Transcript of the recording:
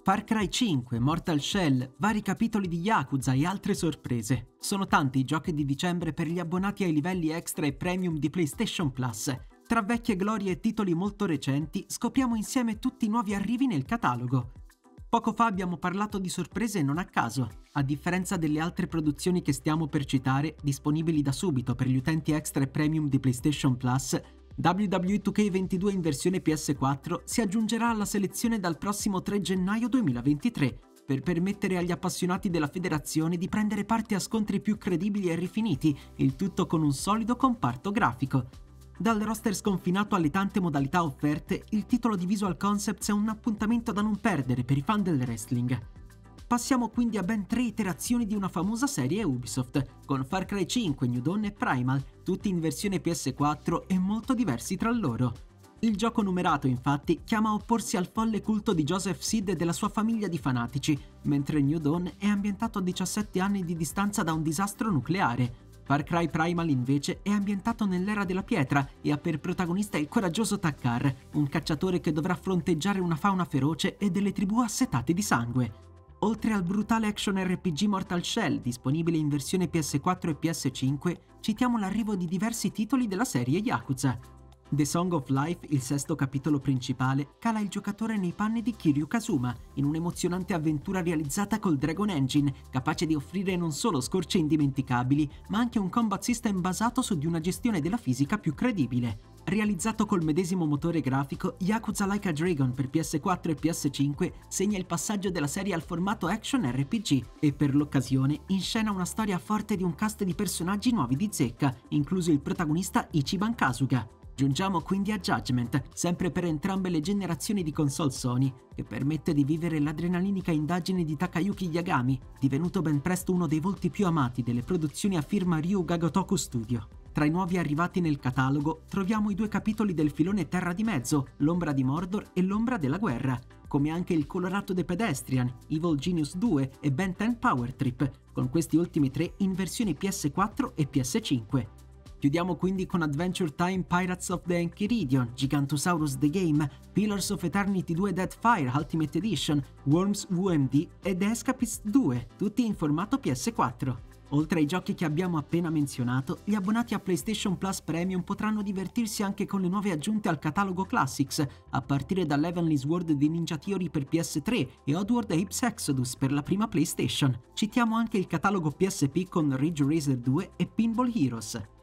Far Cry 5, Mortal Shell, vari capitoli di Yakuza e altre sorprese. Sono tanti i giochi di dicembre per gli abbonati ai livelli extra e premium di PlayStation Plus. Tra vecchie glorie e titoli molto recenti, scopriamo insieme tutti i nuovi arrivi nel catalogo. Poco fa abbiamo parlato di sorprese non a caso. A differenza delle altre produzioni che stiamo per citare, disponibili da subito per gli utenti extra e premium di PlayStation Plus, WWE 2K22 in versione PS4 si aggiungerà alla selezione dal prossimo 3 gennaio 2023 per permettere agli appassionati della federazione di prendere parte a scontri più credibili e rifiniti, il tutto con un solido comparto grafico. Dal roster sconfinato alle tante modalità offerte, il titolo di Visual Concepts è un appuntamento da non perdere per i fan del wrestling. Passiamo quindi a ben 3 iterazioni di una famosa serie Ubisoft, con Far Cry 5, New Dawn e Primal, tutti in versione PS4 e molto diversi tra loro. Il gioco numerato, infatti, chiama a opporsi al folle culto di Joseph Seed e della sua famiglia di fanatici, mentre New Dawn è ambientato a 17 anni di distanza da un disastro nucleare. Far Cry Primal invece è ambientato nell'era della pietra e ha per protagonista il coraggioso Takkar, un cacciatore che dovrà fronteggiare una fauna feroce e delle tribù assetate di sangue. Oltre al brutale action RPG Mortal Shell, disponibile in versione PS4 e PS5, citiamo l'arrivo di diversi titoli della serie Yakuza. The Song of Life, il sesto capitolo principale, cala il giocatore nei panni di Kiryu Kazuma, in un'emozionante avventura realizzata col Dragon Engine, capace di offrire non solo scorci indimenticabili, ma anche un combat system basato su di una gestione della fisica più credibile. Realizzato col medesimo motore grafico, Yakuza Like a Dragon per PS4 e PS5 segna il passaggio della serie al formato action RPG e per l'occasione inscena una storia forte di un cast di personaggi nuovi di zecca, incluso il protagonista Ichiban Kasuga. Giungiamo quindi a Judgment, sempre per entrambe le generazioni di console Sony, che permette di vivere l'adrenalinica indagine di Takayuki Yagami, divenuto ben presto uno dei volti più amati delle produzioni a firma Ryuga Gotoku Studio. Tra i nuovi arrivati nel catalogo troviamo i 2 capitoli del filone Terra di Mezzo, L'Ombra di Mordor e L'Ombra della Guerra, come anche il colorato The Pedestrian, Evil Genius 2 e Ben 10 Power Trip, con questi ultimi 3 in versioni PS4 e PS5. Chiudiamo quindi con Adventure Time Pirates of the Enchiridion, Gigantosaurus The Game, Pillars of Eternity 2 Deadfire Ultimate Edition, Worms UMD e The Escapist 2, tutti in formato PS4. Oltre ai giochi che abbiamo appena menzionato, gli abbonati a PlayStation Plus Premium potranno divertirsi anche con le nuove aggiunte al catalogo Classics, a partire da Heavenly Sword di Ninja Theory per PS3 e Oddworld Apes Exodus per la prima PlayStation. Citiamo anche il catalogo PSP con Ridge Racer 2 e Pinball Heroes.